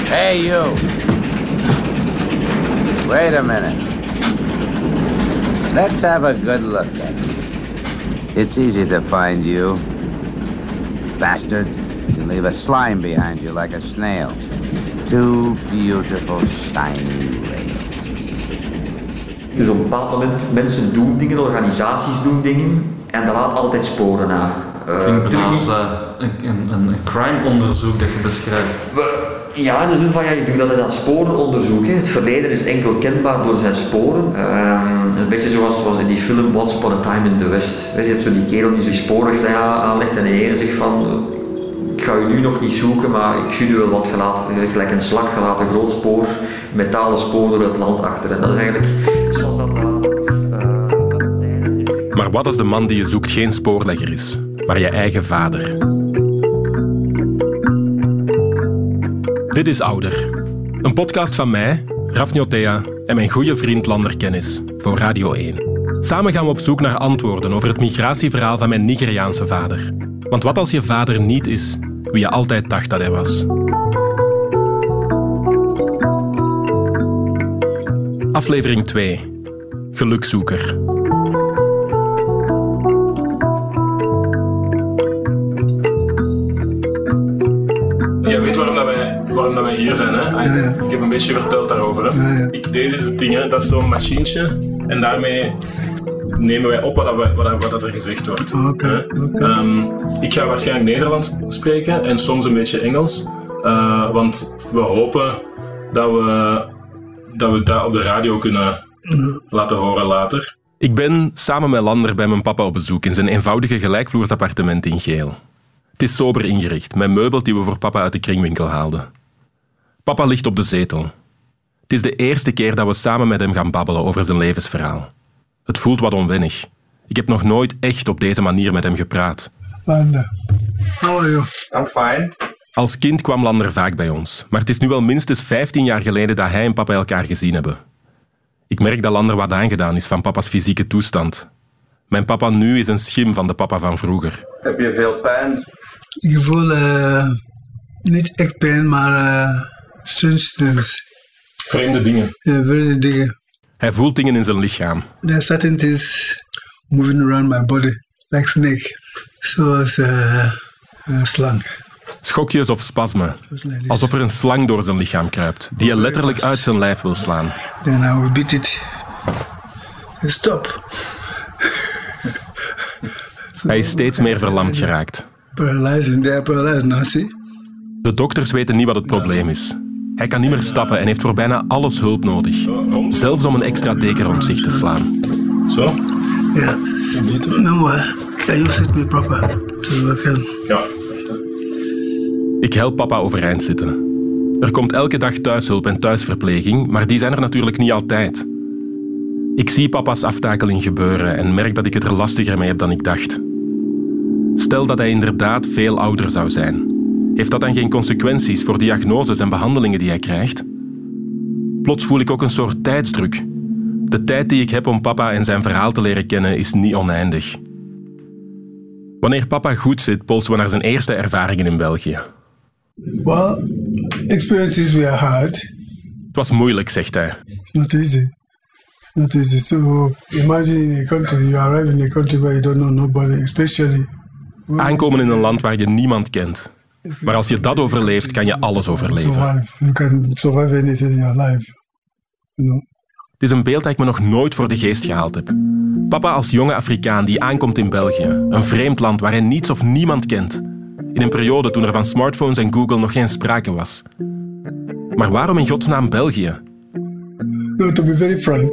Hey, you. Wait a minute. Let's have a good look at you. It's easy to find you. Bastard. You leave a slime behind you like a snail. 2 beautiful shiny rails. Dus op een bepaald moment, mensen doen dingen, organisaties doen dingen en dat laat altijd sporen na. Klinkt als een crime-onderzoek dat je beschrijft. Ja, in de zin van, je doet dat aan sporenonderzoek. Hè. Het verleden is enkel kenbaar door zijn sporen. Een beetje zoals in die film Once Upon a Time in the West. Weet je hebt zo die kerel die zich spoorweg aanlegt en de ene zegt van... Ik ga u nu nog niet zoeken, maar ik gun u wel wat gelaten. Gelijk een slak gelaten, groot spoor, metalen spoor door het land achter. En dat is eigenlijk zoals dat... Maar wat als de man die je zoekt geen spoorlegger is, maar je eigen vader? Dit is Ouder. Een podcast van mij, Rafni Otea, en mijn goede vriend Lander Kennis voor Radio 1. Samen gaan we op zoek naar antwoorden over het migratieverhaal van mijn Nigeriaanse vader. Want wat als je vader niet is wie je altijd dacht dat hij was? Aflevering 2. Gelukzoeker. Jij weet waarom dat wij hier zijn, hè? Ja. Ik heb een beetje verteld daarover. Hè? Ja. Deze is het ding, hè? Dat is zo'n machientje en daarmee nemen wij op wat er gezegd wordt. Okay. Ik ga waarschijnlijk Nederlands spreken en soms een beetje Engels, want we hopen dat we dat op de radio kunnen laten horen later. Ik ben samen met Lander bij mijn papa op bezoek in zijn eenvoudige gelijkvloersappartement in Geel. Het is sober ingericht, met meubels die we voor papa uit de kringwinkel haalden. Papa ligt op de zetel. Het is de eerste keer dat we samen met hem gaan babbelen over zijn levensverhaal. Het voelt wat onwennig. Ik heb nog nooit echt op deze manier met hem gepraat. Lander, how are you? I'm fine. Als kind kwam Lander vaak bij ons, maar het is nu wel minstens 15 jaar geleden dat hij en papa elkaar gezien hebben. Ik merk dat Lander wat aangedaan is van papa's fysieke toestand. Mijn papa nu is een schim van de papa van vroeger. Heb je veel pijn? Ik voel niet echt pijn, maar strange things. Vreemde dingen. Ja, vreemde dingen. Hij voelt dingen in zijn lichaam. There are certain things moving around my body, like snake. Zoals slang. Schokjes of spasmen. Alsof er een slang door zijn lichaam kruipt, die hij letterlijk uit zijn lijf wil slaan. Then I will beat it. Stop. Hij is steeds meer verlamd geraakt. Paralyzed, they are paralyzed now, see? De dokters weten niet wat het probleem is. Hij kan niet meer stappen en heeft voor bijna alles hulp nodig. Zelfs om een extra deken om zich te slaan. Zo? Ja. No, can you sit me proper? So I can... Ja. Ik help papa overeind zitten. Er komt elke dag thuishulp en thuisverpleging, maar die zijn er natuurlijk niet altijd. Ik zie papa's aftakeling gebeuren en merk dat ik het er lastiger mee heb dan ik dacht. Stel dat hij inderdaad veel ouder zou zijn. Heeft dat dan geen consequenties voor diagnoses en behandelingen die hij krijgt? Plots voel ik ook een soort tijdsdruk. De tijd die ik heb om papa en zijn verhaal te leren kennen is niet oneindig. Wanneer papa goed zit, polsen we naar zijn eerste ervaringen in België. Well, experiences were hard. Het was moeilijk, zegt hij. It's not easy. Not easy. So imagine in a country, you arrive in a country where you don't know nobody, especially... Aankomen in een land waar je niemand kent. Maar als je dat overleeft, kan je alles overleven. You can survive anything in your life. You know? Het is een beeld dat ik me nog nooit voor de geest gehaald heb. Papa als jonge Afrikaan die aankomt in België. Een vreemd land waar hij niets of niemand kent. In een periode toen er van smartphones en Google nog geen sprake was. Maar waarom in godsnaam België? No, to be very frank,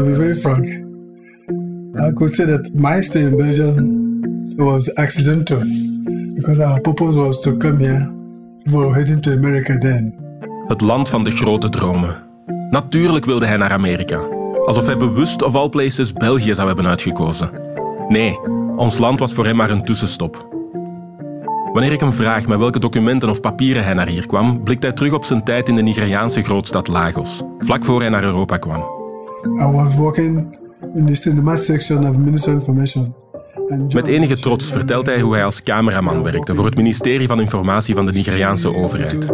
I could say that my stay in Belgium was accidental. Because our purpose was to come here. We were heading to America then. Het land van de grote dromen. Natuurlijk wilde hij naar Amerika. Alsof hij bewust of all places België zou hebben uitgekozen. Nee, ons land was voor hem maar een tussenstop. Wanneer ik hem vraag met welke documenten of papieren hij naar hier kwam, blikt hij terug op zijn tijd in de Nigeriaanse grootstad Lagos, vlak voor hij naar Europa kwam. I was working in the cinema section of Ministry of Information. Met enige trots vertelt hij hoe hij als cameraman werkte voor het ministerie van Informatie van de Nigeriaanse overheid.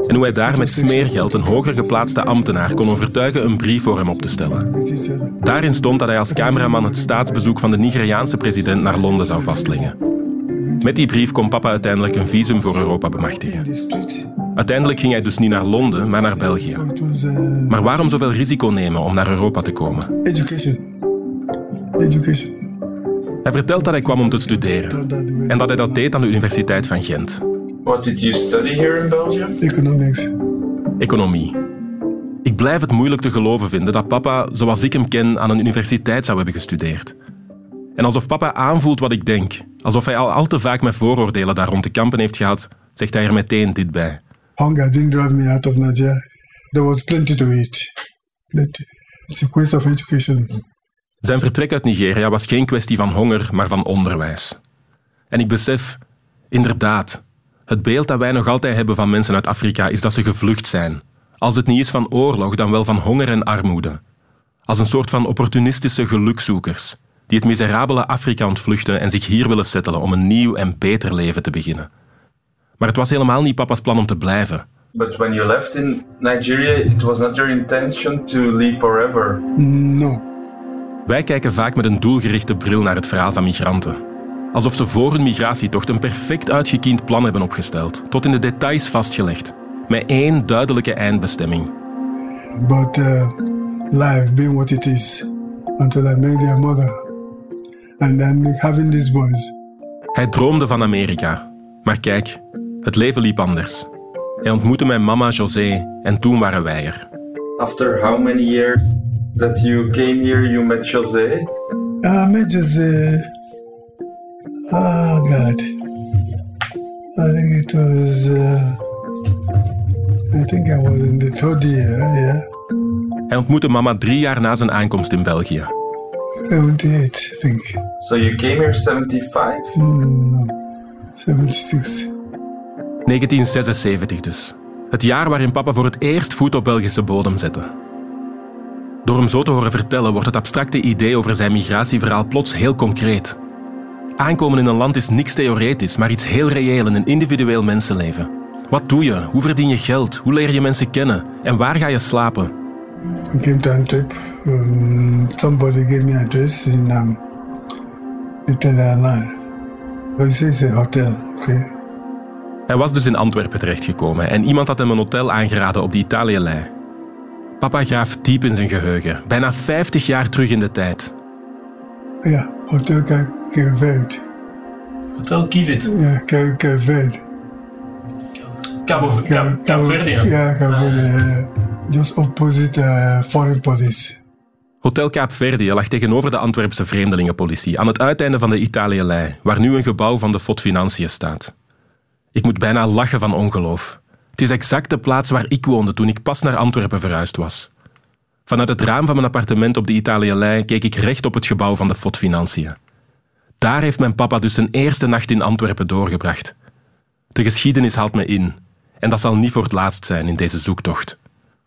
En hoe hij daar met smeergeld een hoger geplaatste ambtenaar kon overtuigen een brief voor hem op te stellen. Daarin stond dat hij als cameraman het staatsbezoek van de Nigeriaanse president naar Londen zou vastleggen. Met die brief kon papa uiteindelijk een visum voor Europa bemachtigen. Uiteindelijk ging hij dus niet naar Londen, maar naar België. Maar waarom zoveel risico nemen om naar Europa te komen? Education. Hij vertelt dat hij kwam om te studeren en dat hij dat deed aan de Universiteit van Gent. What did you study here in Belgium? Economics. Economie. Ik blijf het moeilijk te geloven vinden dat papa, zoals ik hem ken, aan een universiteit zou hebben gestudeerd. En alsof papa aanvoelt wat ik denk, alsof hij al te vaak met vooroordelen daar rond te kampen heeft gehad, zegt hij er meteen dit bij. Hunger didn't drive me out of Nigeria. There was plenty to eat. Plenty. It's a question of education. Zijn vertrek uit Nigeria was geen kwestie van honger, maar van onderwijs. En ik besef, inderdaad, het beeld dat wij nog altijd hebben van mensen uit Afrika is dat ze gevlucht zijn. Als het niet is van oorlog, dan wel van honger en armoede. Als een soort van opportunistische gelukzoekers, die het miserabele Afrika ontvluchten en zich hier willen settelen om een nieuw en beter leven te beginnen. Maar het was helemaal niet papa's plan om te blijven. But when you left in Nigeria, it was not your intention to leave forever. No. Wij kijken vaak met een doelgerichte bril naar het verhaal van migranten. Alsof ze voor hun migratietocht een perfect uitgekiend plan hebben opgesteld, tot in de details vastgelegd, met één duidelijke eindbestemming. But life being what it is, until I met their mother. And then having these boys. Hij droomde van Amerika. Maar kijk, het leven liep anders. Hij ontmoette mijn mama José en toen waren wij er. After how many years that you came here, you met José? I met José. Oh God. I think it was. I think I was in the third year, yeah. Hij ontmoette mama 3 jaar na zijn aankomst in België. 78, I think. So you came here 75? No, 76. 1976 dus. Het jaar waarin papa voor het eerst voet op Belgische bodem zette. Door hem zo te horen vertellen wordt het abstracte idee over zijn migratieverhaal plots heel concreet. Aankomen in een land is niks theoretisch, maar iets heel reëel in een individueel mensenleven. Wat doe je? Hoe verdien je geld? Hoe leer je mensen kennen? En waar ga je slapen? I came to Antwerp. Somebody gave me address in Italian line. But it's a hotel, okay? Hij was dus in Antwerpen terechtgekomen en iemand had hem een hotel aangeraden op de Italië-lei. Papa graaft diep in zijn geheugen, bijna 50 jaar terug in de tijd. Ja, Hotel Cape Hotel Kivit. Ja, Cape Verde. Cabo Verde. Ja, Cape Verde. Just opposite Foreign Police. Hotel Kaapverdië lag tegenover de Antwerpse vreemdelingenpolitie aan het uiteinde van de Italië-lei, waar nu een gebouw van de FOD Financiën staat. Ik moet bijna lachen van ongeloof. Het is exact de plaats waar ik woonde toen ik pas naar Antwerpen verhuisd was. Vanuit het raam van mijn appartement op de Italië-lei keek ik recht op het gebouw van de FOD Financiën. Daar heeft mijn papa dus zijn eerste nacht in Antwerpen doorgebracht. De geschiedenis haalt me in. En dat zal niet voor het laatst zijn in deze zoektocht.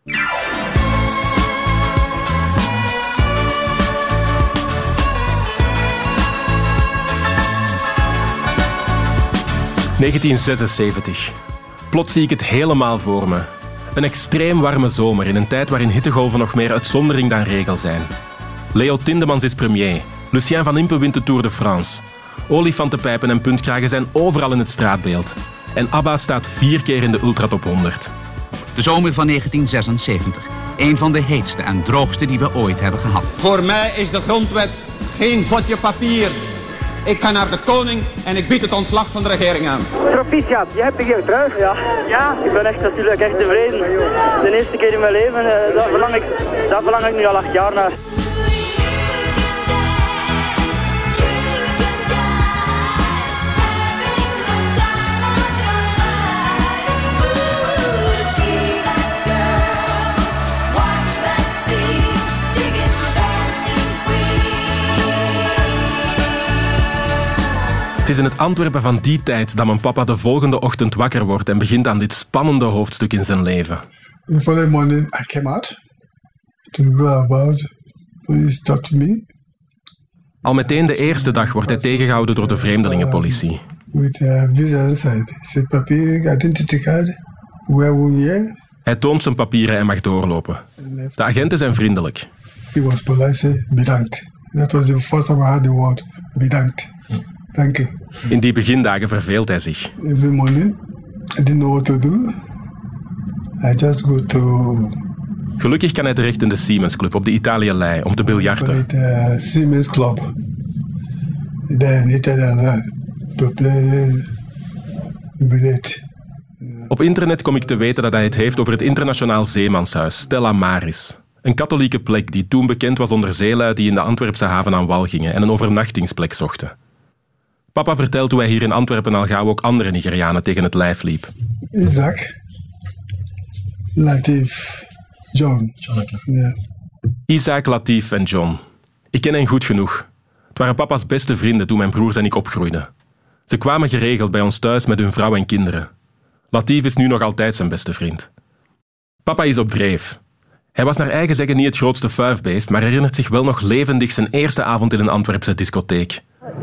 ...1976. Plots zie ik het helemaal voor me. Een extreem warme zomer in een tijd waarin hittegolven nog meer uitzondering dan regel zijn. Leo Tindemans is premier. Lucien van Impe wint de Tour de France. Olifantenpijpen en puntkragen zijn overal in het straatbeeld. En ABBA staat 4 keer in de Ultratop 100. De zomer van 1976. Een van de heetste en droogste die we ooit hebben gehad. Voor mij is de grondwet geen vodje papier. Ik ga naar de koning en ik bied het ontslag van de regering aan. Proficiat, je hebt de geel trui. Ja, ik ben echt natuurlijk echt tevreden. De eerste keer in mijn leven, daar verlang ik nu al 8 jaar naar. Het is in het Antwerpen van die tijd dat mijn papa de volgende ochtend wakker wordt en begint aan dit spannende hoofdstuk in zijn leven. The following morning I came out to go about. Police talk to me. Al meteen de eerste dag wordt hij tegengehouden door de vreemdelingenpolitie. With visa inside. It's a papier identity card. Where were you? Hij toont zijn papieren en mag doorlopen. De agenten zijn vriendelijk. He was polite, say, bedankt. That was the first time I heard the word bedankt. Thank you. In die begindagen verveelt hij zich. Every morning, I didn't know what to do. I just go to... Gelukkig kan hij terecht in de Siemens Club op de Italië-lei om te biljarten. Siemens Club. Then Italië to play billet. Op internet kom ik te weten dat hij het heeft over het internationaal zeemanshuis Stella Maris. Een katholieke plek die toen bekend was onder zeelui die in de Antwerpse haven aan wal gingen en een overnachtingsplek zochten. Papa vertelt hoe hij hier in Antwerpen al gauw ook andere Nigerianen tegen het lijf liep. Isaac, Latif, John. Yeah. Isaac, Latif en John. Ik ken hen goed genoeg. Het waren papa's beste vrienden toen mijn broers en ik opgroeiden. Ze kwamen geregeld bij ons thuis met hun vrouw en kinderen. Latif is nu nog altijd zijn beste vriend. Papa is op dreef. Hij was naar eigen zeggen niet het grootste fuifbeest, maar herinnert zich wel nog levendig zijn eerste avond in een Antwerpse discotheek.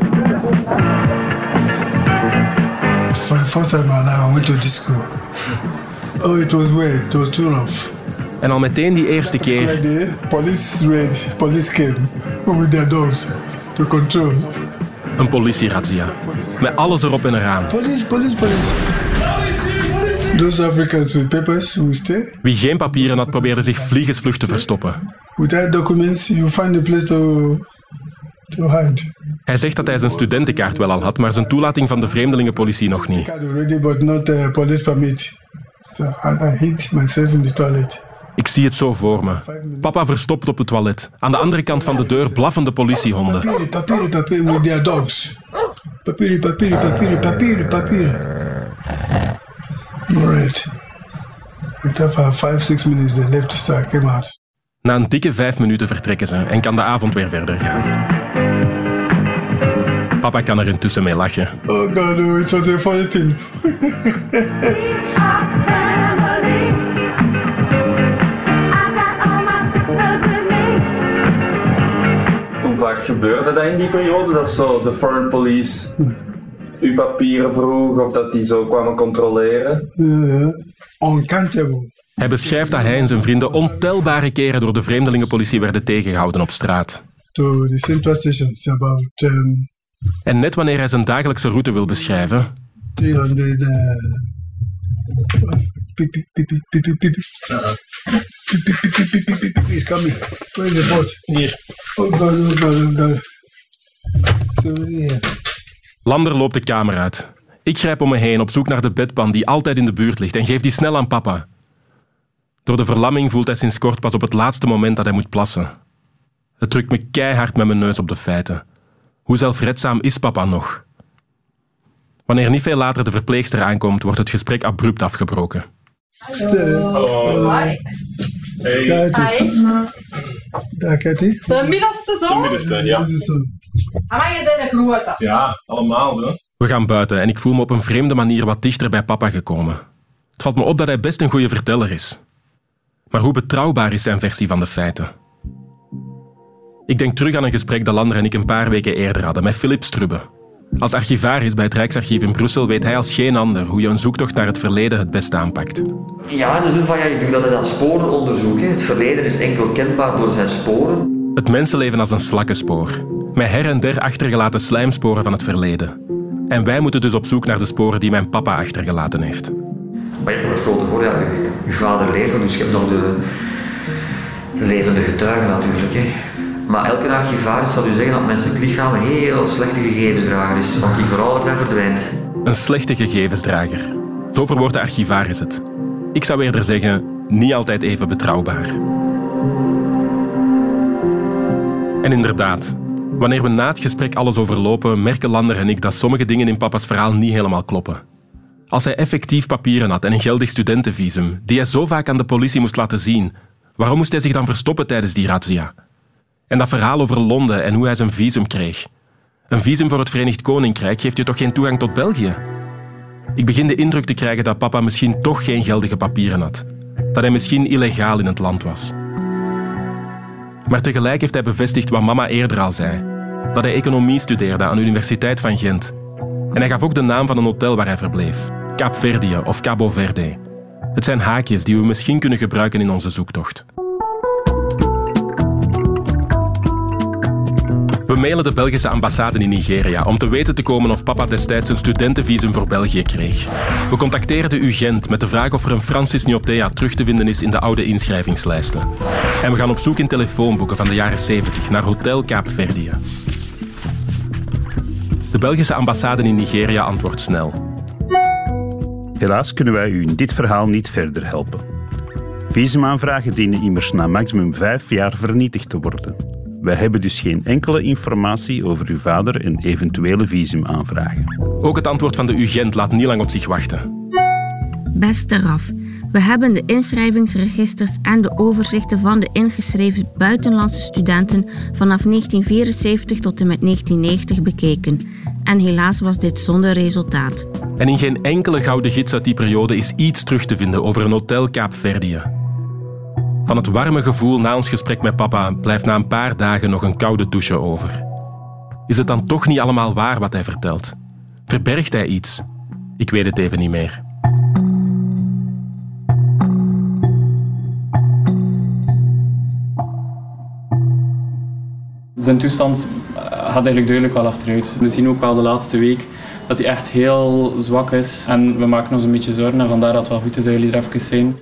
For the first time in my life, I went to disco. Oh, it was weird. It was too rough. En al meteen die eerste keer... The police came with their dogs to control. Een politierazzia. Met alles erop en eraan. Police. Those Africans with papers will stay. Wie geen papieren had, probeerde zich vliegensvlug te verstoppen. Without documents, you find a place to hide. Hij zegt dat hij zijn studentenkaart wel al had, maar zijn toelating van de vreemdelingenpolitie nog niet. Already, but not police permit. So I hid myself in the toilet. Ik zie het zo voor me. Papa verstopt op het toilet. Aan de andere kant van de deur blaffende politiehonden. Papier with their dogs. Papier. Alright. After 5-6 minutes they left, so I came out. Na een dikke 5 minuten vertrekken ze en kan de avond weer verder gaan. Papa kan er intussen mee lachen. Oh God, no, it was a funny thing. Hoe vaak gebeurde dat in die periode? Dat zo de foreign police uw papieren vroeg of dat die zo kwamen controleren? Uncountable. Hij beschrijft dat hij en zijn vrienden ontelbare keren door de vreemdelingenpolitie werden tegengehouden op straat. To the Central Station, it's about... En net wanneer hij zijn dagelijkse route wil beschrijven... 300... He's coming. Where is the boat? Hier. Oh God. So, yeah. Lander loopt de kamer uit. Ik grijp om me heen op zoek naar de bedpan die altijd in de buurt ligt en geef die snel aan papa. Door de verlamming voelt hij sinds kort pas op het laatste moment dat hij moet plassen. Het drukt me keihard met mijn neus op de feiten. Hoe zelfredzaam is papa nog? Wanneer niet veel later de verpleegster aankomt, wordt het gesprek abrupt afgebroken. Hallo. Hey. Daar, Cathy. De middelste zoon? De middelste, ja. Maar je bent een grote. Ja, allemaal zo. We gaan buiten en ik voel me op een vreemde manier wat dichter bij papa gekomen. Het valt me op dat hij best een goede verteller is. Maar hoe betrouwbaar is zijn versie van de feiten? Ik denk terug aan een gesprek dat Lander en ik een paar weken eerder hadden met Philip Strubbe. Als archivaris bij het Rijksarchief in Brussel weet hij als geen ander hoe je een zoektocht naar het verleden het beste aanpakt. Ja, in de zin van, ik doe dat aan sporenonderzoek. Het verleden is enkel kenbaar door zijn sporen. Het mensenleven als een slakkenspoor. Met her en der achtergelaten slijmsporen van het verleden. En wij moeten dus op zoek naar de sporen die mijn papa achtergelaten heeft. Maar je hebt het grote voordeel, je vader leeft, dus je hebt nog de levende getuigen natuurlijk. Hè. Maar elke archivaris zal u zeggen dat menselijk lichaam een heel slechte gegevensdrager is, want die veroudert en verdwijnt. Een slechte gegevensdrager. Zo verwoordt de archivaris het. Ik zou eerder zeggen, niet altijd even betrouwbaar. En inderdaad, wanneer we na het gesprek alles overlopen, merken Lander en ik dat sommige dingen in papa's verhaal niet helemaal kloppen. Als hij effectief papieren had en een geldig studentenvisum, die hij zo vaak aan de politie moest laten zien, waarom moest hij zich dan verstoppen tijdens die razzia? En dat verhaal over Londen en hoe hij zijn visum kreeg. Een visum voor het Verenigd Koninkrijk geeft je toch geen toegang tot België? Ik begin de indruk te krijgen dat papa misschien toch geen geldige papieren had. Dat hij misschien illegaal in het land was. Maar tegelijk heeft hij bevestigd wat mama eerder al zei. Dat hij economie studeerde aan de Universiteit van Gent. En hij gaf ook de naam van een hotel waar hij verbleef. Kaapverdië of Cabo Verde. Het zijn haakjes die we misschien kunnen gebruiken in onze zoektocht. We mailen de Belgische ambassade in Nigeria om te weten te komen of papa destijds een studentenvisum voor België kreeg. We contacteren de UGent met de vraag of er een Francis Nyotea terug te vinden is in de oude inschrijvingslijsten. En we gaan op zoek in telefoonboeken van de jaren 70 naar Hotel Kaapverdië. De Belgische ambassade in Nigeria antwoordt snel. Helaas kunnen wij u in dit verhaal niet verder helpen. Visumaanvragen dienen immers na maximum 5 jaar vernietigd te worden. Wij hebben dus geen enkele informatie over uw vader en eventuele visumaanvragen. Ook het antwoord van de UGent laat niet lang op zich wachten. Beste Raf, we hebben de inschrijvingsregisters en de overzichten van de ingeschreven buitenlandse studenten vanaf 1974 tot en met 1990 bekeken. En helaas was dit zonder resultaat. En in geen enkele gouden gids uit die periode is iets terug te vinden over een Hotel Kaapverdië. Van het warme gevoel na ons gesprek met papa blijft na een paar dagen nog een koude douche over. Is het dan toch niet allemaal waar wat hij vertelt? Verbergt hij iets? Ik weet het even niet meer. Zijn toestand gaat eigenlijk duidelijk wel achteruit. We zien ook al de laatste week dat hij echt heel zwak is. En we maken ons een beetje zorgen en vandaar dat het wel goed is dat jullie er even zijn.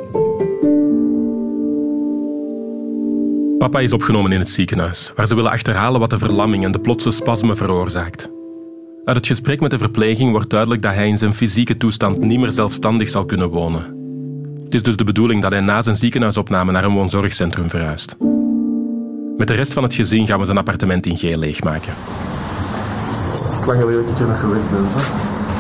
Papa is opgenomen in het ziekenhuis, waar ze willen achterhalen wat de verlamming en de plotse spasmen veroorzaakt. Uit het gesprek met de verpleging wordt duidelijk dat hij in zijn fysieke toestand niet meer zelfstandig zal kunnen wonen. Het is dus de bedoeling dat hij na zijn ziekenhuisopname naar een woonzorgcentrum verhuist. Met de rest van het gezin gaan we zijn appartement in G leegmaken. Het is lang geleden dat ik er nog geweest ben. Hè?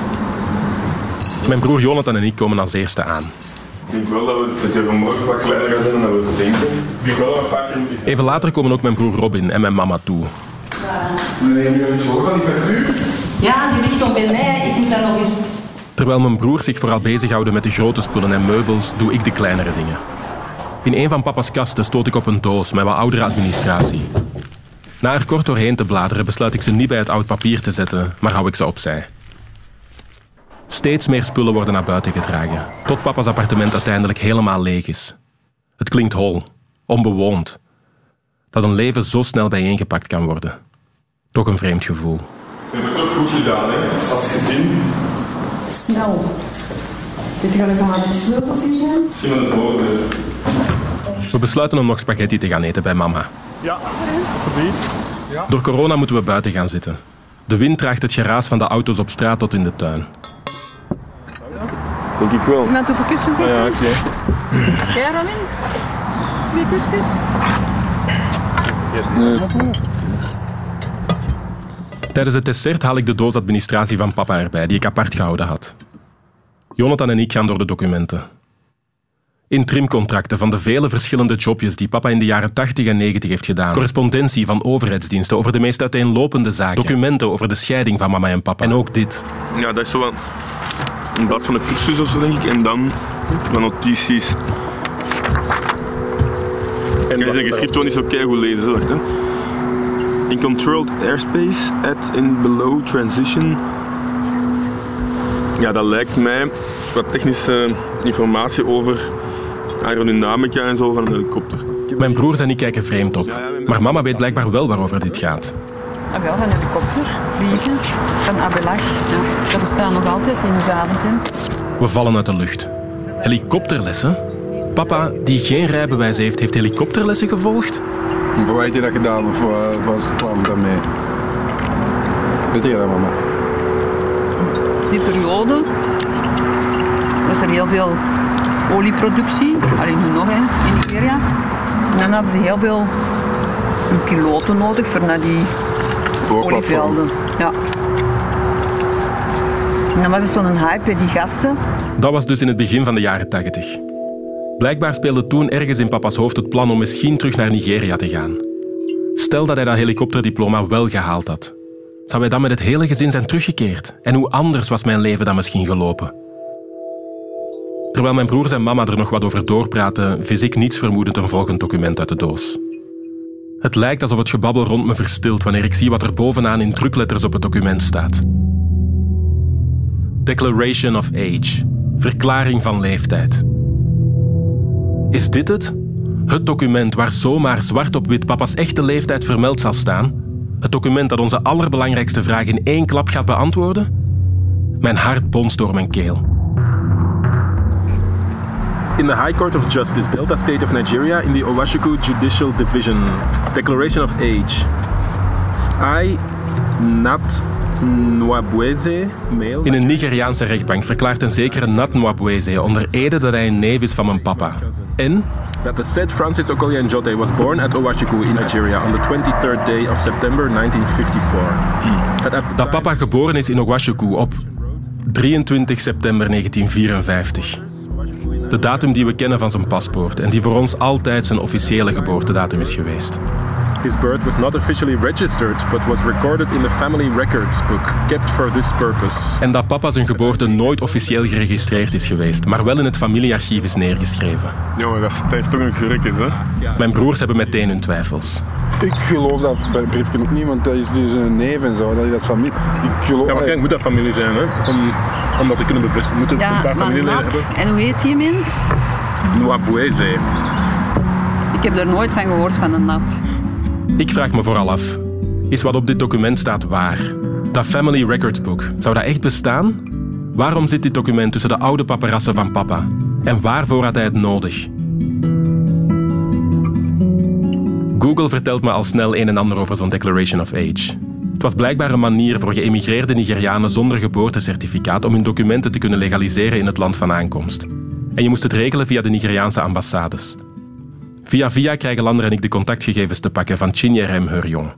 Mijn broer Jonathan en ik komen als eerste aan. Ik denk wel dat het vanmorgen wat kleiner gaat zijn dan dat we denken. Ik denk wel dat we vaker moeten... Even later komen ook mijn broer Robin en mijn mama toe. Meneer, nu iets hoor van die factuur? Ja, die ligt nog bij mij. Ik moet daar nog eens... Terwijl mijn broer zich vooral bezighouden met de grote spullen en meubels, doe ik de kleinere dingen. In een van papa's kasten stoot ik op een doos met wat oudere administratie. Na er kort doorheen te bladeren besluit ik ze niet bij het oud papier te zetten, maar hou ik ze opzij. Steeds meer spullen worden naar buiten gedragen, tot papa's appartement uiteindelijk helemaal leeg is. Het klinkt hol, onbewoond. Dat een leven zo snel bijeengepakt kan worden. Toch een vreemd gevoel. We hebben het toch goed gedaan, hè? Als gezin. Snel. Weet je wel van wat de sleutels hier zijn? Misschien wel het volgende. We besluiten om nog spaghetti te gaan eten bij mama. Ja, alsjeblieft. Ja. Door corona moeten we buiten gaan zitten. De wind draagt het geraas van de auto's op straat tot in de tuin. Denk ik wel. Iemand op een kussen zitten? Ja, oké. Jij, Romin? 2 kusjes? Tijdens het dessert haal ik de doos administratie van papa erbij, die ik apart gehouden had. Jonathan en ik gaan door de documenten. Interimcontracten van de vele verschillende jobjes die papa in de jaren 80 en 90 heeft gedaan. Correspondentie van overheidsdiensten over de meest uiteenlopende zaken. Documenten over de scheiding van mama en papa. En ook dit. Ja, dat is zo een blad van de cursus of zo, denk ik. En dan wat notities. En je zijn geschrift wel niet zo keigoed lezen, zo. Hè. In controlled airspace, at in below transition. Ja, dat lijkt mij wat technische informatie over aerodynamica en zo van een helikopter. Mijn broers en ik kijken vreemd op. Maar mama weet blijkbaar wel waarover dit gaat. Ah, wel, van een helikopter, vliegen, van Abelach. Ja, dat bestaat nog altijd in de avond. We vallen uit de lucht. Helikopterlessen? Papa, die geen rijbewijs heeft, heeft helikopterlessen gevolgd? Voor wat heb je dat gedaan of was het plan daarmee? Weet je dat, mama? Die periode was er heel veel olieproductie, alleen nu nog in Nigeria. En dan hadden ze heel veel piloten nodig voor naar die olievelden. Ja. En dan was het zo'n hype, die gasten. Dat was dus in het begin van de jaren 80. Blijkbaar speelde toen ergens in papa's hoofd het plan om misschien terug naar Nigeria te gaan. Stel dat hij dat helikopterdiploma wel gehaald had. Zou hij dan met het hele gezin zijn teruggekeerd? En hoe anders was mijn leven dan misschien gelopen? Terwijl mijn broers en mama er nog wat over doorpraten, vis ik niets vermoedend een volgend document uit de doos. Het lijkt alsof het gebabbel rond me verstilt wanneer ik zie wat er bovenaan in drukletters op het document staat. Declaration of Age. Verklaring van leeftijd. Is dit het? Het document waar zomaar zwart op wit papa's echte leeftijd vermeld zal staan? Het document dat onze allerbelangrijkste vraag in 1 klap gaat beantwoorden? Mijn hart bonst door mijn keel. In the High Court of Justice, Delta State of Nigeria, in the Owashiku Judicial Division. Declaration of Age. I, Nat Nwabweze, male... In een Nigeriaanse rechtbank verklaart een zekere Nat Nwabweze onder ede dat hij een neef is van mijn papa. En... that the said Francis Okoye Njote was born at Owashiku in Nigeria on the 23rd day of September 1954. Dat papa geboren is in Owashiku op 23 september 1954. De datum die we kennen van zijn paspoort en die voor ons altijd zijn officiële geboortedatum is geweest. His birth was not officially registered, but was recorded in the family records book, kept for this purpose. En dat papa zijn geboorte nooit officieel geregistreerd is geweest, maar wel in het familiearchief is neergeschreven. Jongen, dat heeft toch een gurkjes, hè? Mijn broers hebben meteen hun twijfels. Ik geloof dat briefje ook niet, want dat is dus een neef en zo. Dat is dat familie. Ik geloof... Ja, waarschijnlijk moet dat familie zijn, hè? Om dat te kunnen bevestigen. Moeten we een paar familieleden hebben. En hoe heet die mens? Nwabweze. Ik heb er nooit van gehoord van een Nat. Ik vraag me vooral af, is wat op dit document staat waar? Dat Family Records Book, zou dat echt bestaan? Waarom zit dit document tussen de oude paparassen van papa? En waarvoor had hij het nodig? Google vertelt me al snel een en ander over zo'n Declaration of Age. Het was blijkbaar een manier voor geëmigreerde Nigerianen zonder geboortecertificaat om hun documenten te kunnen legaliseren in het land van aankomst. En je moest het regelen via de Nigeriaanse ambassades. Via krijgen Lander en ik de contactgegevens te pakken van Chinyerem Hurjong.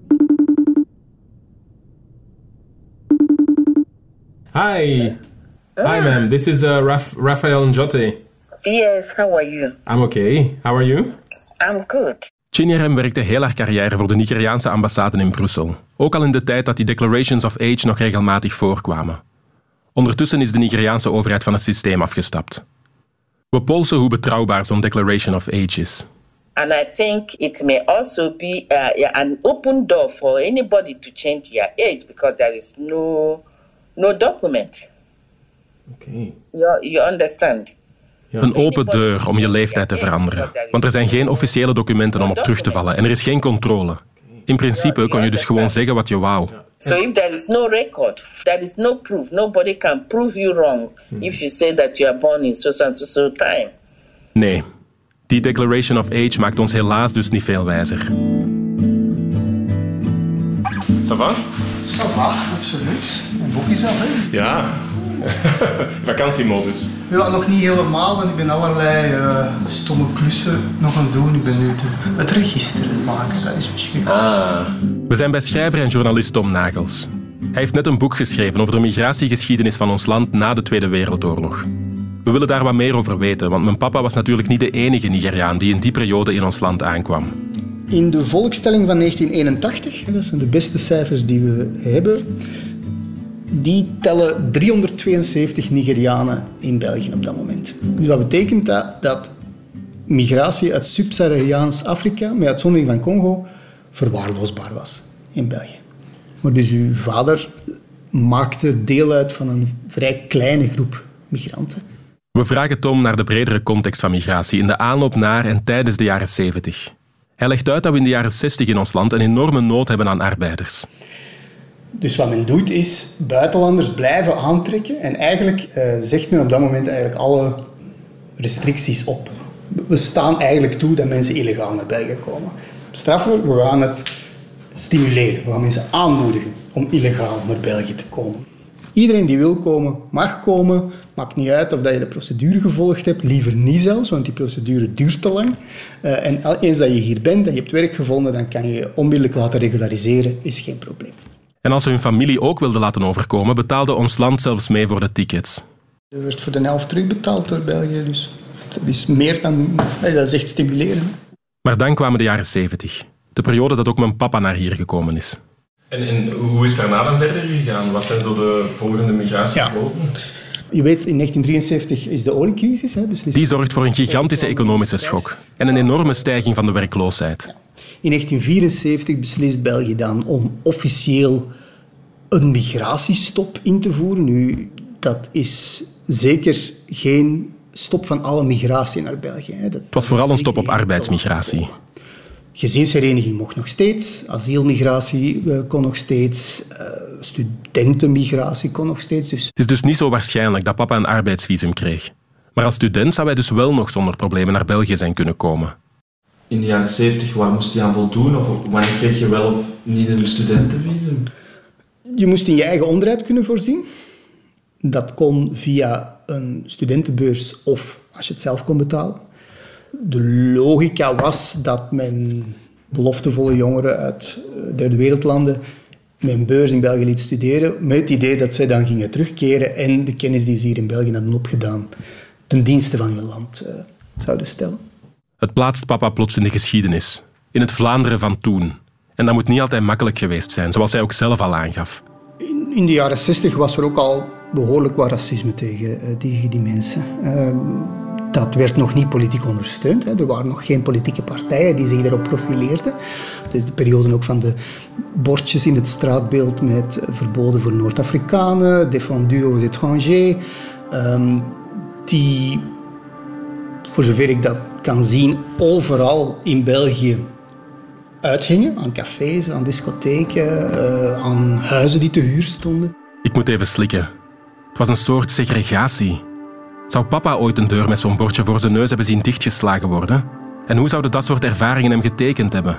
Hi. Hi, ma'am. This is Raphael Njote. Yes, how are you? I'm okay. How are you? I'm good. Chinyerem werkte heel haar carrière voor de Nigeriaanse ambassade in Brussel. Ook al in de tijd dat die Declarations of Age nog regelmatig voorkwamen. Ondertussen is de Nigeriaanse overheid van het systeem afgestapt. We polsen hoe betrouwbaar zo'n Declaration of Age is. And I think it may also be an open door for anybody to change their age because there is no document. Okay. You understand? Een open deur om je leeftijd te veranderen. Want er zijn geen officiële documenten om op terug te vallen en er is geen controle. In principe kon je dus gewoon zeggen wat je wou. So if there is no record, there is no proof. Nobody can prove you wrong if you say that you are born in so time. Nee, die Declaration of Age maakt ons helaas dus niet veel wijzer. Ça va? Ça va, absoluut. Mijn boek is af, hè? Ja. Vakantiemodus. Ja, nog niet helemaal, want ik ben allerlei stomme klussen nog aan het doen. Ik ben nu het register aan het maken, dat is misschien We zijn bij schrijver en journalist Tom Nagels. Hij heeft net een boek geschreven over de migratiegeschiedenis van ons land na de Tweede Wereldoorlog. We willen daar wat meer over weten, want mijn papa was natuurlijk niet de enige Nigeriaan die in die periode in ons land aankwam. In de volkstelling van 1981, dat zijn de beste cijfers die we hebben, die tellen 372 Nigerianen in België op dat moment. Dus wat betekent dat? Dat migratie uit Sub-Saharaans Afrika, met uitzondering van Congo, verwaarloosbaar was in België. Maar dus uw vader maakte deel uit van een vrij kleine groep migranten. We vragen Tom naar de bredere context van migratie in de aanloop naar en tijdens de jaren 70. Hij legt uit dat we in de jaren 60 in ons land een enorme nood hebben aan arbeiders. Dus wat men doet is buitenlanders blijven aantrekken en eigenlijk zegt men op dat moment eigenlijk alle restricties op. We staan eigenlijk toe dat mensen illegaal naar België komen. Straffer, we gaan het stimuleren. We gaan mensen aanmoedigen om illegaal naar België te komen. Iedereen die wil komen, mag komen. Maakt niet uit of dat je de procedure gevolgd hebt. Liever niet zelfs, want die procedure duurt te lang. En eens dat je hier bent en je hebt werk gevonden, dan kan je je onmiddellijk laten regulariseren. Is geen probleem. En als ze hun familie ook wilden laten overkomen, betaalde ons land zelfs mee voor de tickets. Er werd voor de helft terugbetaald door België, dus dat is meer dan... Dat is echt stimuleren. Maar dan kwamen de jaren 70. De periode dat ook mijn papa naar hier gekomen is. En hoe is het daarna dan verder gegaan? Wat zijn zo de volgende migratiegolven? Je weet, in 1973 is de oliecrisis beslist. Die zorgt voor een gigantische economische schok en een enorme stijging van de werkloosheid. In 1974 beslist België dan om officieel een migratiestop in te voeren. Nu, dat is zeker geen stop van alle migratie naar België. Het was vooral een stop op arbeidsmigratie. Gezinshereniging mocht nog steeds, asielmigratie kon nog steeds, studentenmigratie kon nog steeds. Dus. Het is dus niet zo waarschijnlijk dat papa een arbeidsvisum kreeg. Maar als student zou hij dus wel nog zonder problemen naar België zijn kunnen komen. In de jaren 70, waar moest hij aan voldoen? Of wanneer kreeg je wel of niet een studentenvisum? Je moest in je eigen onderhoud kunnen voorzien. Dat kon via een studentenbeurs of als je het zelf kon betalen. De logica was dat men beloftevolle jongeren uit derde wereldlanden met een beurs in België liet studeren, met het idee dat zij dan gingen terugkeren en de kennis die ze hier in België hadden opgedaan ten dienste van hun land zouden stellen. Het plaatst papa plots in de geschiedenis, in het Vlaanderen van toen. En dat moet niet altijd makkelijk geweest zijn, zoals hij ook zelf al aangaf. In de jaren 60 was er ook al behoorlijk wat racisme tegen die mensen. Dat werd nog niet politiek ondersteund. Er waren nog geen politieke partijen die zich daarop profileerden. Het is de periode ook van de bordjes in het straatbeeld met verboden voor Noord-Afrikanen, défendu aux étrangers, die, voor zover ik dat kan zien, overal in België uithingen. Aan cafés, aan discotheken, aan huizen die te huur stonden. Ik moet even slikken. Het was een soort segregatie. Zou papa ooit een deur met zo'n bordje voor zijn neus hebben zien dichtgeslagen worden? En hoe zouden dat soort ervaringen hem getekend hebben?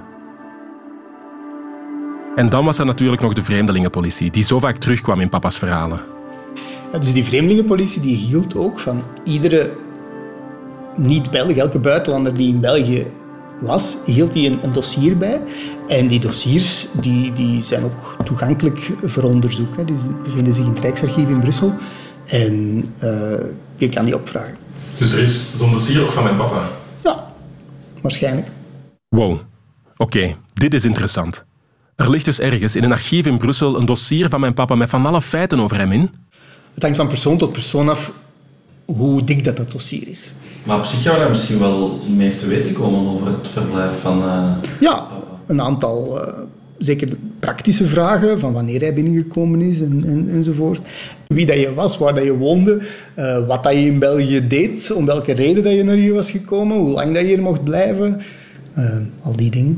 En dan was er natuurlijk nog de vreemdelingenpolitie, die zo vaak terugkwam in papa's verhalen. Ja, dus die vreemdelingenpolitie die hield ook van iedere niet-Belg, elke buitenlander die in België was, hield die een dossier bij. En die dossiers die zijn ook toegankelijk voor onderzoek. Hè. Die bevinden zich in het Rijksarchief in Brussel. En je kan die opvragen. Dus er is zo'n dossier ook van mijn papa? Ja, waarschijnlijk. Wow. Oké, dit is interessant. Er ligt dus ergens in een archief in Brussel een dossier van mijn papa met van alle feiten over hem in. Het hangt van persoon tot persoon af hoe dik dat dossier is. Maar op zich zou daar misschien wel meer te weten komen over het verblijf van... Ja, een aantal zeker praktische vragen, van wanneer hij binnengekomen is enzovoort. Wie dat je was, waar dat je woonde, wat dat je in België deed, om welke reden dat je naar hier was gekomen, hoe lang dat je hier mocht blijven, al die dingen.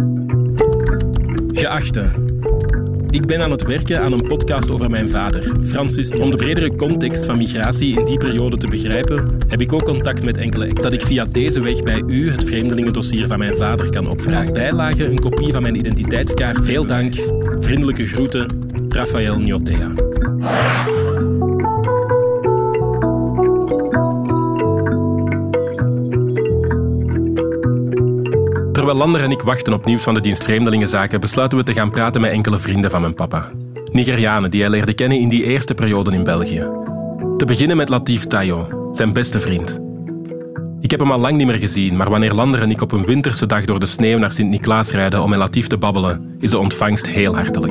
Geachte, ik ben aan het werken aan een podcast over mijn vader, Francis. Om de bredere context van migratie in die periode te begrijpen, heb ik ook contact met enkele dat ik via deze weg bij u het vreemdelingendossier van mijn vader kan opvragen. Als bijlage een kopie van mijn identiteitskaart. Veel dank. Vriendelijke groeten, Rafael Nyotea. Terwijl Lander en ik wachten op nieuws van de dienst Vreemdelingenzaken, besluiten we te gaan praten met enkele vrienden van mijn papa. Nigerianen die hij leerde kennen in die eerste periode in België. Te beginnen met Latif Tayo, zijn beste vriend. Ik heb hem al lang niet meer gezien, maar wanneer Lander en ik op een winterse dag door de sneeuw naar Sint-Niklaas rijden om met Latif te babbelen, is de ontvangst heel hartelijk.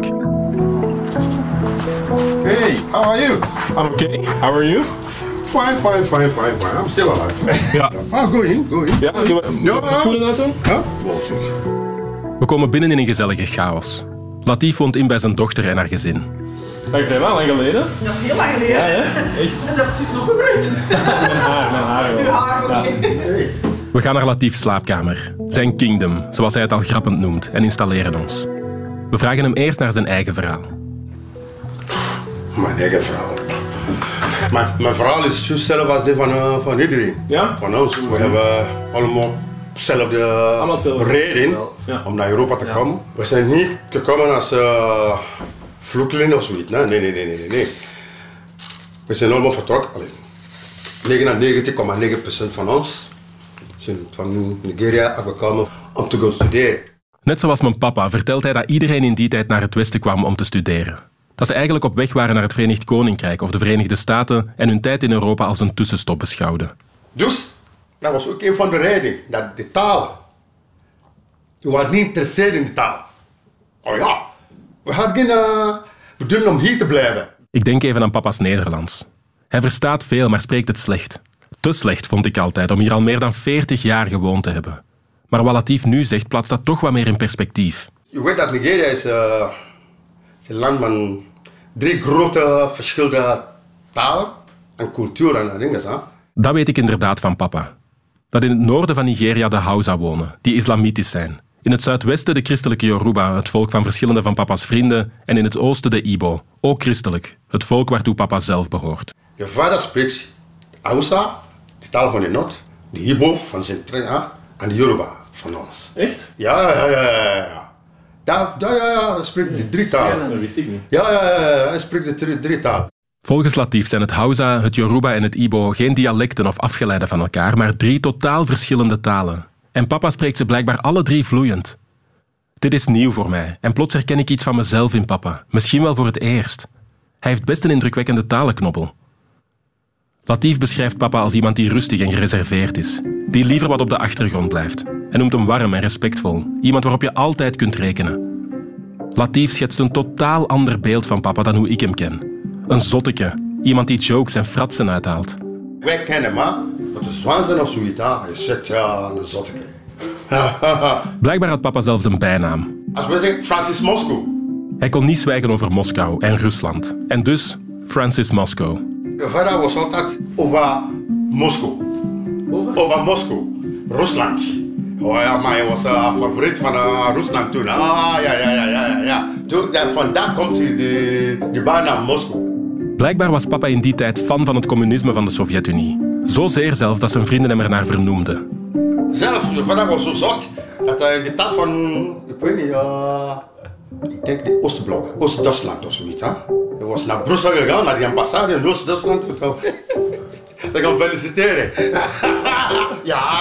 Hey, how are you? I'm okay. How are you? Fine. I'm still alive. Ja. Oh, going. Ja, de schoenen uit doen? Ja. We komen binnen in een gezellige chaos. Latif woont in bij zijn dochter en haar gezin. Dat is wel lang geleden. Dat is heel lang geleden. Ja, hè? Echt. Dat is precies nog gegroeid. Mijn haar wel. Uw haar ook. Ja. We gaan naar Latif's slaapkamer, zijn kingdom, zoals hij het al grappend noemt, en installeren ons. We vragen hem eerst naar zijn eigen verhaal. Mijn eigen verhaal. Mijn verhaal is juist hetzelfde als die van iedereen. Ja? Van ons. We hebben allemaal hetzelfde reden om naar Europa te komen. We zijn niet gekomen als vluchtelingen of zoiets. Nee. We zijn allemaal vertrokken. 99,9% van ons zijn van Nigeria afgekomen om te gaan studeren. Net zoals mijn papa vertelt hij dat iedereen in die tijd naar het westen kwam om te studeren. Dat ze eigenlijk op weg waren naar het Verenigd Koninkrijk of de Verenigde Staten en hun tijd in Europa als een tussenstop beschouwden. Dus, dat was ook een van de redenen, dat de taal. We waren niet geïnteresseerd in de taal. Oh ja, we hadden geen bedoeling om hier te blijven. Ik denk even aan papa's Nederlands. Hij verstaat veel, maar spreekt het slecht. Te slecht, vond ik altijd, om hier al meer dan 40 jaar gewoond te hebben. Maar wat Latif nu zegt, plaatst dat toch wat meer in perspectief. Je weet dat Nigeria is een land met 3 grote verschillende talen. en cultuur en dingen. Hè? Dat weet ik inderdaad van papa. Dat in het noorden van Nigeria de Hausa wonen, die islamitisch zijn. In het zuidwesten de christelijke Yoruba, het volk van verschillende van papa's vrienden. En in het oosten de Igbo, ook christelijk, het volk waartoe papa zelf behoort. Je vader spreekt Hausa, de taal van de Noord, de Igbo van Centraal en de Yoruba van ons. Echt? Ja. Hij spreekt de 3 talen. Dat wist ik niet. Ja, hij spreekt de 3 talen. Volgens Latif zijn het Hausa, het Yoruba en het Igbo geen dialecten of afgeleiden van elkaar, maar 3 totaal verschillende talen. En papa spreekt ze blijkbaar alle 3 vloeiend. Dit is nieuw voor mij en plots herken ik iets van mezelf in papa. Misschien wel voor het eerst. Hij heeft best een indrukwekkende talenknobbel. Latif beschrijft papa als iemand die rustig en gereserveerd is. Die liever wat op de achtergrond blijft. En noemt hem warm en respectvol. Iemand waarop je altijd kunt rekenen. Latif schetst een totaal ander beeld van papa dan hoe ik hem ken. Een zotteke. Iemand die jokes en fratsen uithaalt. Wij kennen hem, dat is zwanzen of zoiets. Je zegt een zotteke. Blijkbaar had papa zelfs een bijnaam. Als we zeggen Francis Moskou. Hij kon niet zwijgen over Moskou en Rusland. En dus Francis Moskou. Je vader was altijd over Moskou. Over Moskou. Rusland. Oh ja, maar hij was favoriet van Rusland toen. Ja. Vandaar komt de bijnaam Moskou. Blijkbaar was papa in die tijd fan van het communisme van de Sovjet-Unie. Zozeer zelfs dat zijn vrienden hem ernaar vernoemden. Zelfs, je vader was zo zot dat hij in de tijd van, ik weet niet, ik denk de Oostblok, Oost-Duitsland of zoiets. Hij was naar Brussel gegaan, naar de ambassade in Oost-Duitsland. Te gaan feliciteren. Ja.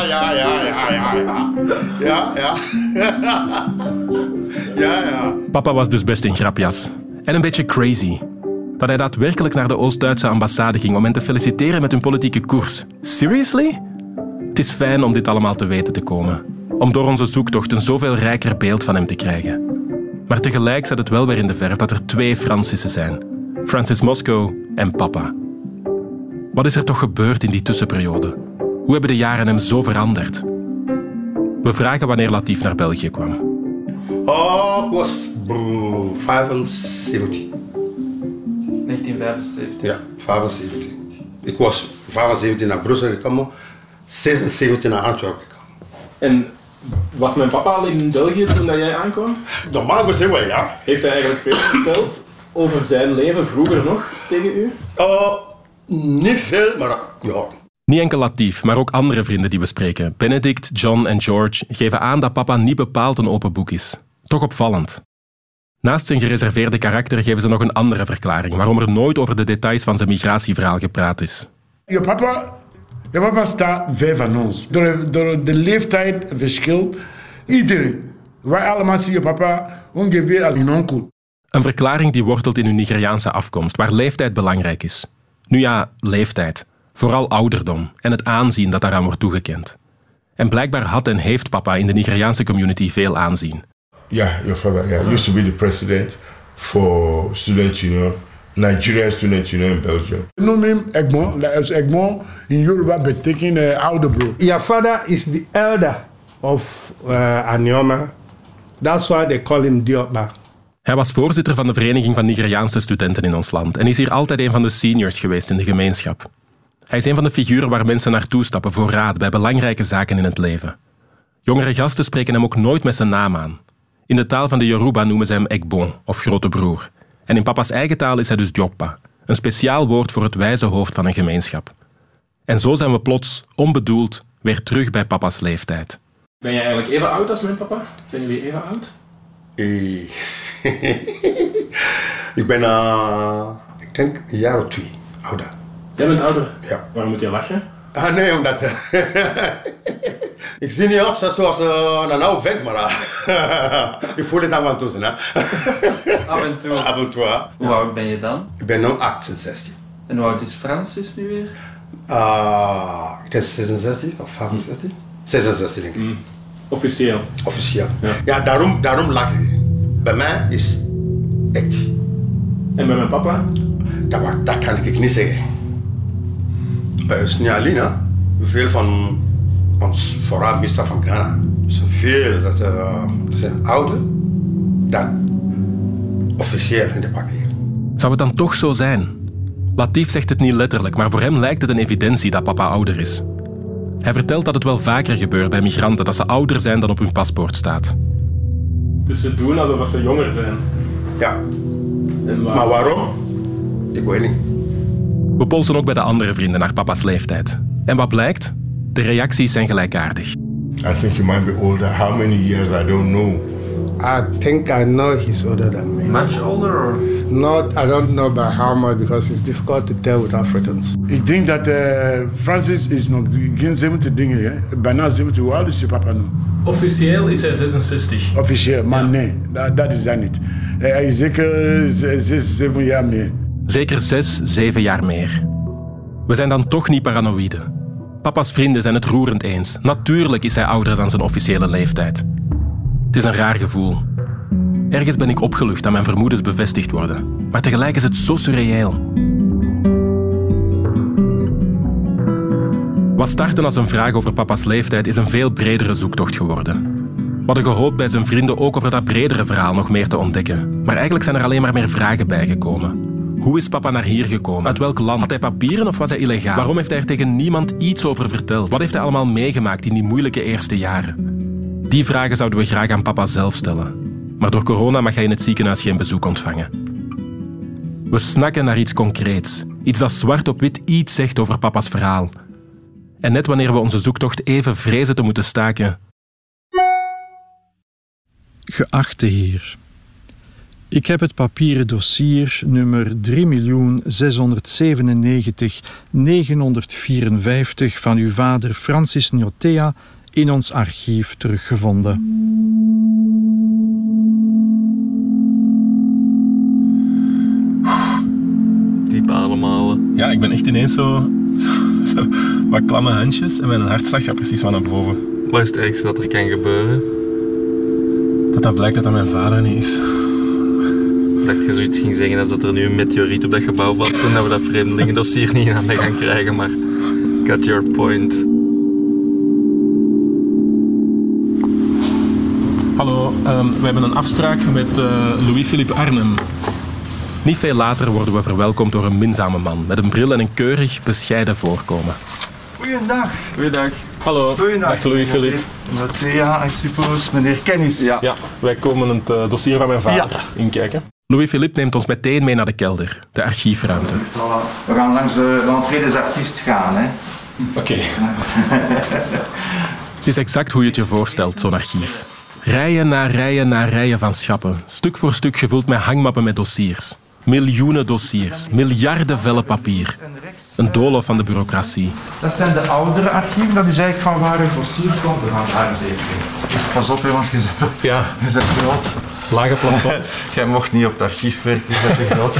Papa was dus best een grapjas. En een beetje crazy. Dat hij daadwerkelijk naar de Oost-Duitse ambassade ging om hen te feliciteren met hun politieke koers. Seriously? Het is fijn om dit allemaal te weten te komen. Om door onze zoektocht een zoveel rijker beeld van hem te krijgen. Maar tegelijk zet het wel weer in de verf dat er 2 Francissen zijn. Francis Moskou en papa. Wat is er toch gebeurd in die tussenperiode? Hoe hebben de jaren hem zo veranderd? We vragen wanneer Latif naar België kwam. Ik was 75. 1975? Ja, 75. Ik was 75 naar Brussel gekomen, 76 naar Antwerpen gekomen. En was mijn papa al in België toen jij aankwam? Normaal gezien wel, ja. Heeft hij eigenlijk veel verteld over zijn leven vroeger nog tegen u? Niet veel, maar ja. Niet enkel Latif, maar ook andere vrienden die we spreken. Benedict, John en George geven aan dat papa niet bepaald een open boek is. Toch opvallend. Naast zijn gereserveerde karakter geven ze nog een andere verklaring waarom er nooit over de details van zijn migratieverhaal gepraat is. Je papa staat ver van ons. Door de leeftijdsverschil. Iedereen. Wij allemaal zien je papa ongeveer als een onkel. Een verklaring die wortelt in hun Nigeriaanse afkomst, waar leeftijd belangrijk is. Nu ja, leeftijd. Vooral ouderdom en het aanzien dat daaraan wordt toegekend. En blijkbaar had en heeft papa in de Nigeriaanse community veel aanzien. Yeah, your father used to be the president for Student Union, Nigerian Student Union in Belgium. Noem hem Egbon. Egbon in Yoruba betekent oude broer. Your father is the elder of Anioma. That's why they call him Diokba. Hij was voorzitter van de Vereniging van Nigeriaanse Studenten in ons land en is hier altijd een van de seniors geweest in de gemeenschap. Hij is een van de figuren waar mensen naartoe stappen voor raad bij belangrijke zaken in het leven. Jongere gasten spreken hem ook nooit met zijn naam aan. In de taal van de Yoruba noemen ze hem Egbon, of grote broer. En in papa's eigen taal is hij dus Diokpa, een speciaal woord voor het wijze hoofd van een gemeenschap. En zo zijn we plots, onbedoeld, weer terug bij papa's leeftijd. Ben jij eigenlijk even oud als mijn papa? Zijn jullie even oud? Ik ben, ik denk een jaar of 2 ouder. Jij bent ouder? Ja. Waarom moet je lachen? Nee, omdat... ik zie niet af zoals een oude vent, maar... ik voel het af en toe, hè. Af en toe? Af en toe, hè. Hoe oud ben je dan? Ik ben nu 68. En hoe oud is Francis nu weer? Ik denk 66 of 65. 66, denk ik. Officieel? Officieel. Ja, daarom lach ik. Bij mij is echt. En bij mijn papa? Dat kan ik niet zeggen. Het is niet alleen, hè. Veel van ons, vooral meester van Ghana, zijn veel, dat zijn ouder dan officieel in de papier. Zou het dan toch zo zijn? Latif zegt het niet letterlijk, maar voor hem lijkt het een evidentie dat papa ouder is. Hij vertelt dat het wel vaker gebeurt bij migranten, dat ze ouder zijn dan op hun paspoort staat. Dus ze doen alsof ze jonger zijn? Ja. Maar waarom? Ik weet niet. We polsen ook bij de andere vrienden naar papa's leeftijd. En wat blijkt? De reacties zijn gelijkaardig. I think he might be older. How many years? I don't know. I think I know he's older than me. Much older or? Not, I don't know by how much because it's difficult to tell with Africans. Ik denk dat Francis is nog geen 70 dingen, hè? Bijna 70. Hoe oud is je papa nu? Officieel is hij 66. Officieel, maar nee, dat is dat niet. Hij is zeker 6, 7 jaar meer. Zeker 6, 7 jaar meer. We zijn dan toch niet paranoïde. Papa's vrienden zijn het roerend eens. Natuurlijk is hij ouder dan zijn officiële leeftijd. Het is een raar gevoel. Ergens ben ik opgelucht dat mijn vermoedens bevestigd worden. Maar tegelijk is het zo surreëel. Wat startte als een vraag over papa's leeftijd is een veel bredere zoektocht geworden. We hadden gehoopt bij zijn vrienden ook over dat bredere verhaal nog meer te ontdekken. Maar eigenlijk zijn er alleen maar meer vragen bijgekomen. Hoe is papa naar hier gekomen? Uit welk land? Had hij papieren of was hij illegaal? Waarom heeft hij er tegen niemand iets over verteld? Wat heeft hij allemaal meegemaakt in die moeilijke eerste jaren? Die vragen zouden we graag aan papa zelf stellen. Maar door corona mag hij in het ziekenhuis geen bezoek ontvangen. We snakken naar iets concreets. Iets dat zwart op wit iets zegt over papa's verhaal. En net wanneer we onze zoektocht even vrezen te moeten staken... Geachte heer, ik heb het papieren dossier nummer 3.697.954 van uw vader Francis Njotea in ons archief teruggevonden. Diep ademhalen. Ja, ik ben echt ineens zo wat klamme handjes en mijn hartslag gaat precies van naar boven. Wat is het ergste dat er kan gebeuren? Dat blijkt dat mijn vader niet is. Ik dacht je zoiets ging zeggen als dat er nu een meteoriet op dat gebouw valt en dat we dat vreemdelingendossier niet aan de gaan krijgen, maar got your point. Hallo, we hebben een afspraak met Louis-Philippe Arnhem. Niet veel later worden we verwelkomd door een minzame man met een bril en een keurig, bescheiden voorkomen. Goeiedag. Goeiedag. Hallo. Goeiedag. Dag Louis-Philippe. Ja, I suppose. Meneer Kennis. Ja, wij komen het dossier van mijn vader inkijken. Louis-Philippe neemt ons meteen mee naar de kelder, de archiefruimte. We gaan langs de l'entrée des artistes gaan, hè. Oké. Het is exact hoe je het je voorstelt, zo'n archief. Rijen na rijen na rijen van schappen, stuk voor stuk gevuld met hangmappen met dossiers. Miljoenen dossiers, miljarden vellen papier. Een doolhof van de bureaucratie. Dat zijn de oudere archieven, dat is eigenlijk van waar het dossier komt. We gaan daar zeker. Pas op, want je bent groot. Lage plafond. Jij mocht niet op het archief werken, je bent te groot.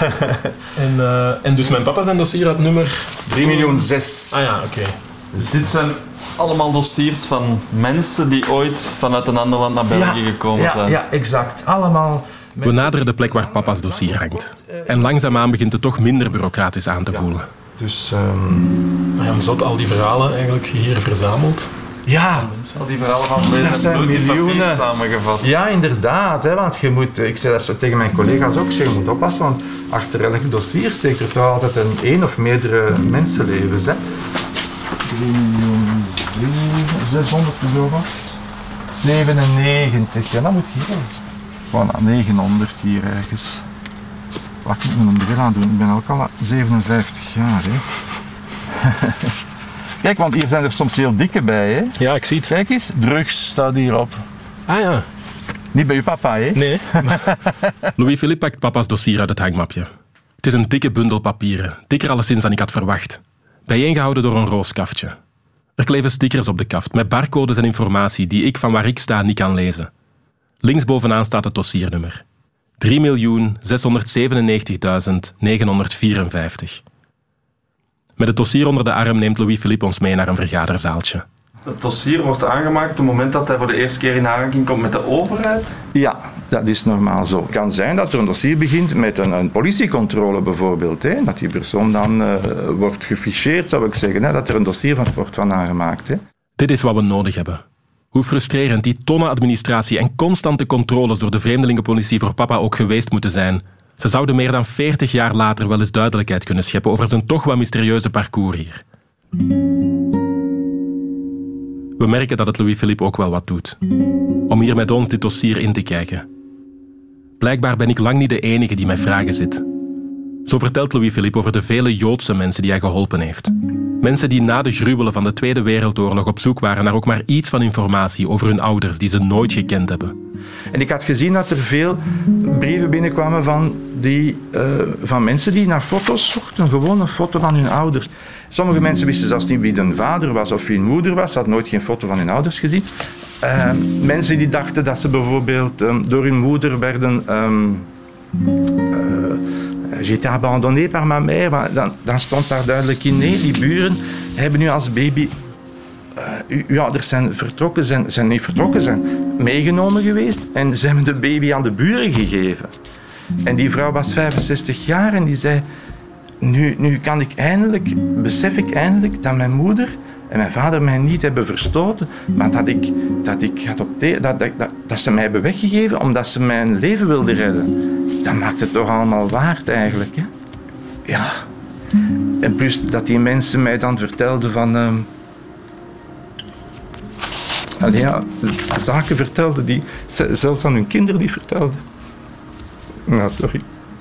En dus mijn papa zijn dossier had nummer... 3.600.000. Ah ja, oké. Dus dit zijn allemaal dossiers van mensen die ooit vanuit een ander land naar België gekomen zijn? Ja, exact. Allemaal... We naderen de plek waar papa's dossier hangt. En langzaamaan begint het toch minder bureaucratisch aan te voelen. Dus... zot al die verhalen eigenlijk hier verzameld. Ja, al die verhalen van deze zijn miljoenen samengevat. Ja, inderdaad. Hè, want je moet, ik zei dat tegen mijn collega's ook, je moet oppassen, want achter elk dossier steekt er toch altijd een of meerdere mensenlevens. 3.600.000 hoeveel was het? 97, ja dat moet hier. Voilà, 900 hier ergens. Wacht, ik moet een bril aan doen, ik ben ook al 57 jaar. Hè. Kijk, want hier zijn er soms heel dikke bij. Hè. Ja, ik zie het. Kijk eens, drugs staat hierop. Ah ja. Niet bij uw papa, hè? Nee. Louis-Philippe pakt papa's dossier uit het hangmapje. Het is een dikke bundel papieren, dikker alleszins dan ik had verwacht. Bijeengehouden door een roos kaftje. Er kleven stickers op de kaft met barcodes en informatie die ik van waar ik sta niet kan lezen. Linksbovenaan staat het dossiernummer. 3.697.954. Met het dossier onder de arm neemt Louis-Philippe ons mee naar een vergaderzaaltje. Het dossier wordt aangemaakt op het moment dat hij voor de eerste keer in aanraking komt met de overheid? Ja, dat is normaal zo. Het kan zijn dat er een dossier begint met een politiecontrole bijvoorbeeld. Hè? Dat die persoon dan wordt geficheerd, zou ik zeggen. Hè? Dat er een dossier van wordt van aangemaakt. Hè? Dit is wat we nodig hebben. Hoe frustrerend die tonnen administratie en constante controles door de vreemdelingenpolitie voor papa ook geweest moeten zijn. Ze zouden meer dan 40 jaar later wel eens duidelijkheid kunnen scheppen over zijn toch wat mysterieuze parcours hier. We merken dat het Louis-Philippe ook wel wat doet. Om hier met ons dit dossier in te kijken. Blijkbaar ben ik lang niet de enige die met vragen zit. Zo vertelt Louis-Philippe over de vele Joodse mensen die hij geholpen heeft. Mensen die na de gruwelen van de Tweede Wereldoorlog op zoek waren naar ook maar iets van informatie over hun ouders die ze nooit gekend hebben. En ik had gezien dat er veel brieven binnenkwamen van mensen die naar foto's zochten. Gewoon een foto van hun ouders. Sommige mensen wisten zelfs niet wie hun vader was of wie hun moeder was. Ze hadden nooit geen foto van hun ouders gezien. Mensen die dachten dat ze bijvoorbeeld door hun moeder werden... J'ai été abandonné par ma mère. Maar dan stond daar duidelijk in, nee, die buren hebben nu als baby... uw ouders zijn vertrokken, zijn niet vertrokken, zijn meegenomen geweest en ze hebben de baby aan de buren gegeven. En die vrouw was 65 jaar en die zei, nu besef ik eindelijk dat mijn moeder en mijn vader mij niet hebben verstoten, maar dat ze mij hebben weggegeven omdat ze mijn leven wilden redden. Dat maakt het toch allemaal waard eigenlijk, hè? Ja. En plus dat die mensen mij dan vertelden van... zaken vertelden die zelfs aan hun kinderen die vertelden. Nou, sorry.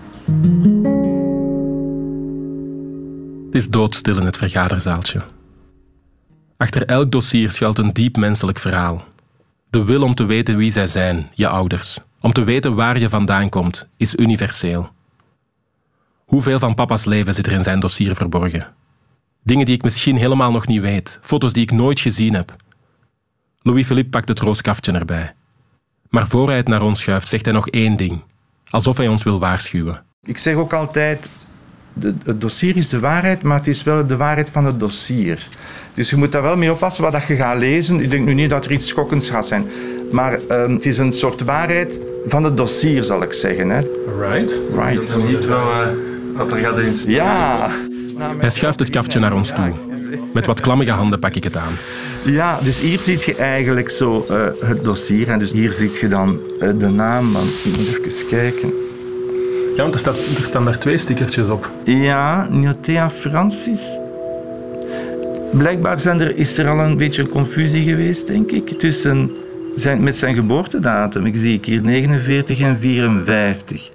Het is doodstil in het vergaderzaaltje. Achter elk dossier schuilt een diep menselijk verhaal. De wil om te weten wie zij zijn, je ouders. Om te weten waar je vandaan komt, is universeel. Hoeveel van papa's leven zit er in zijn dossier verborgen? Dingen die ik misschien helemaal nog niet weet. Foto's die ik nooit gezien heb. Louis-Philippe pakt het roze kaftje erbij. Maar voor hij het naar ons schuift, zegt hij nog één ding. Alsof hij ons wil waarschuwen. Ik zeg ook altijd, het dossier is de waarheid, maar het is wel de waarheid van het dossier. Dus je moet daar wel mee oppassen wat je gaat lezen. Ik denk nu niet dat er iets schokkends gaat zijn. Maar het is een soort waarheid van het dossier, zal ik zeggen. Hè. Right. Dat is niet wel wat er gaat in. Ja. Hij schuift het kaftje naar ons toe. Met wat klammige handen pak ik het aan. Ja, dus hier zie je eigenlijk zo het dossier. En dus hier zie je dan de naam. Ik moet even kijken. Ja, want er staan daar 2 stickertjes op. Ja, Niotea Francis. Blijkbaar is er al een beetje confusie geweest, denk ik, met zijn geboortedatum. Ik zie hier 49 en 54.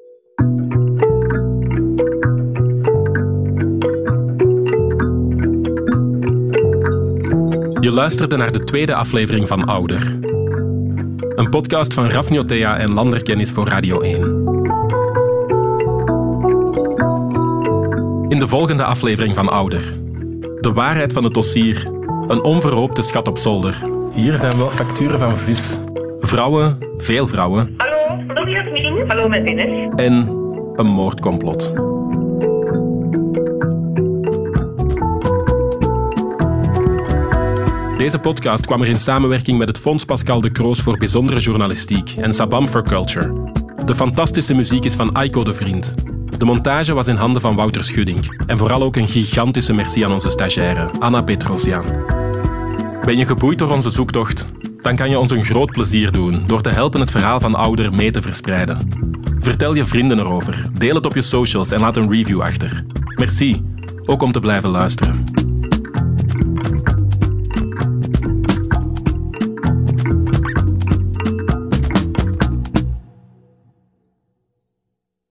Je luisterde naar de 2e aflevering van Ouder. Een podcast van Raf Niotea en Landerkennis voor Radio 1. In de volgende aflevering van Ouder. De waarheid van het dossier. Een onverhoopte schat op zolder. Hier zijn wel facturen van vis. Vrouwen, veel vrouwen. Hallo, hallo Jasmin. Hallo met Ines. En een moordcomplot. Deze podcast kwam er in samenwerking met het Fonds Pascal de Croos voor Bijzondere Journalistiek en Sabam for Culture. De fantastische muziek is van Aiko de Vriend. De montage was in handen van Wouter Schuddink. En vooral ook een gigantische merci aan onze stagiaire, Anna Petrosian. Ben je geboeid door onze zoektocht? Dan kan je ons een groot plezier doen door te helpen het verhaal van Ouder mee te verspreiden. Vertel je vrienden erover, deel het op je socials en laat een review achter. Merci, ook om te blijven luisteren.